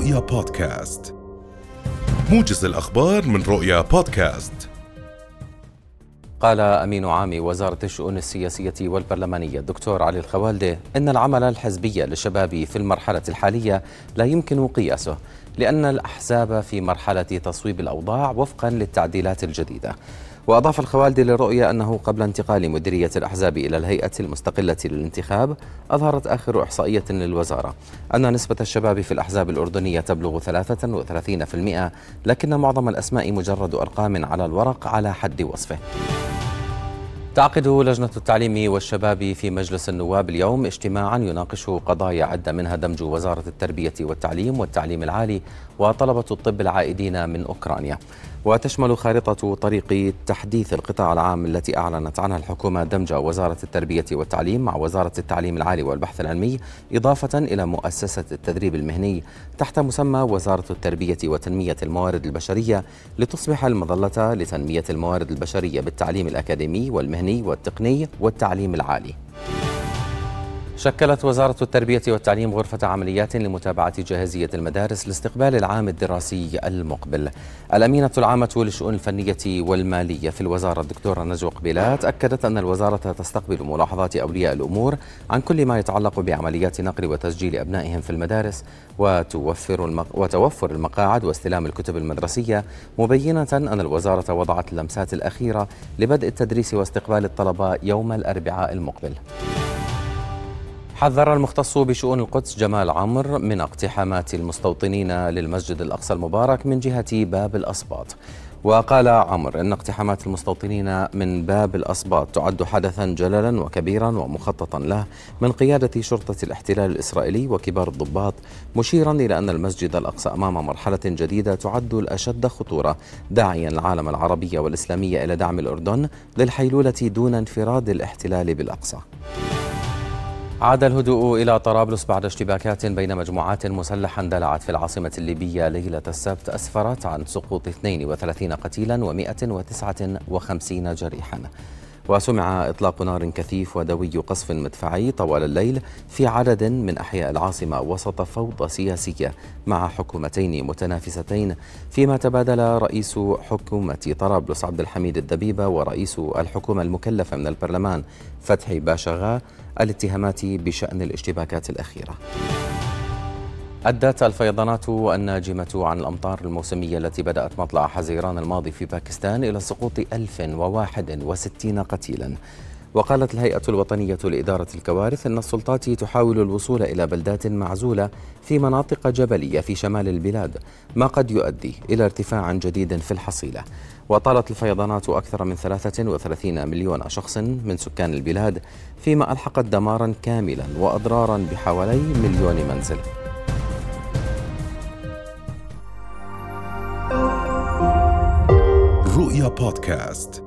رؤيا بودكاست، موجز الأخبار من رؤيا بودكاست. قال أمين عام وزارة الشؤون السياسية والبرلمانية الدكتور علي الخوالدي إن العمل الحزبي للشباب في المرحلة الحالية لا يمكن قياسه، لأن الأحزاب في مرحلة تصويب الأوضاع وفقا للتعديلات الجديدة. وأضاف الخوالدي للرؤية أنه قبل انتقال مديرية الأحزاب إلى الهيئة المستقلة للانتخاب، أظهرت آخر إحصائية للوزارة أن نسبة الشباب في الأحزاب الأردنية تبلغ 33%، لكن معظم الأسماء مجرد أرقام على الورق على حد وصفه. تعقد لجنة التعليم والشباب في مجلس النواب اليوم اجتماعا يناقش قضايا عدة، منها دمج وزارة التربية والتعليم والتعليم العالي وطلبة الطب العائدين من أوكرانيا. وتشمل خارطة طريق تحديث القطاع العام التي أعلنت عنها الحكومة دمج وزارة التربية والتعليم مع وزارة التعليم العالي والبحث العلمي، إضافة إلى مؤسسة التدريب المهني تحت مسمى وزارة التربية وتنمية الموارد البشرية، لتصبح المظلة لتنمية الموارد البشرية بالتعليم الأكاديمي والمهني والتقني والتعليم العالي. شكلت وزارة التربية والتعليم غرفة عمليات لمتابعة جاهزية المدارس لاستقبال العام الدراسي المقبل. الأمينة العامة للشؤون الفنية والمالية في الوزارة الدكتورة نجوى قبيلات أكدت أن الوزارة تستقبل ملاحظات أولياء الأمور عن كل ما يتعلق بعمليات نقل وتسجيل أبنائهم في المدارس وتوفر المقاعد واستلام الكتب المدرسية، مبينة أن الوزارة وضعت اللمسات الأخيرة لبدء التدريس واستقبال الطلبة يوم الأربعاء المقبل. حذر المختص بشؤون القدس جمال عمر من اقتحامات المستوطنين للمسجد الأقصى المبارك من جهة باب الأسباط. وقال عمر إن اقتحامات المستوطنين من باب الأسباط تعد حدثا جللا وكبيرا ومخططا له من قيادة شرطة الاحتلال الإسرائيلي وكبار الضباط، مشيرا إلى أن المسجد الأقصى أمام مرحلة جديدة تعد الأشد خطورة، داعيا العالم العربي والإسلامي إلى دعم الأردن للحيلولة دون انفراد الاحتلال بالأقصى. عاد الهدوء إلى طرابلس بعد اشتباكات بين مجموعات مسلحة اندلعت في العاصمة الليبية ليلة السبت، أسفرت عن سقوط 32 قتيلا و159 جريحا. وسمع إطلاق نار كثيف ودوي قصف مدفعي طوال الليل في عدد من أحياء العاصمة وسط فوضى سياسية مع حكومتين متنافستين، فيما تبادل رئيس حكومة طرابلس عبد الحميد الدبيبة ورئيس الحكومة المكلفة من البرلمان فتحي باشغا الاتهامات بشأن الاشتباكات الأخيرة. أدت الفيضانات الناجمة عن الأمطار الموسمية التي بدأت مطلع حزيران الماضي في باكستان إلى سقوط 1061 قتيلا. وقالت الهيئة الوطنية لإدارة الكوارث أن السلطات تحاول الوصول إلى بلدات معزولة في مناطق جبلية في شمال البلاد، ما قد يؤدي إلى ارتفاع جديد في الحصيلة. وطالت الفيضانات أكثر من 33 مليون شخص من سكان البلاد، فيما ألحقت دمارا كاملا وأضرارا بحوالي 1,000,000 منزل. رؤيا بودكاست.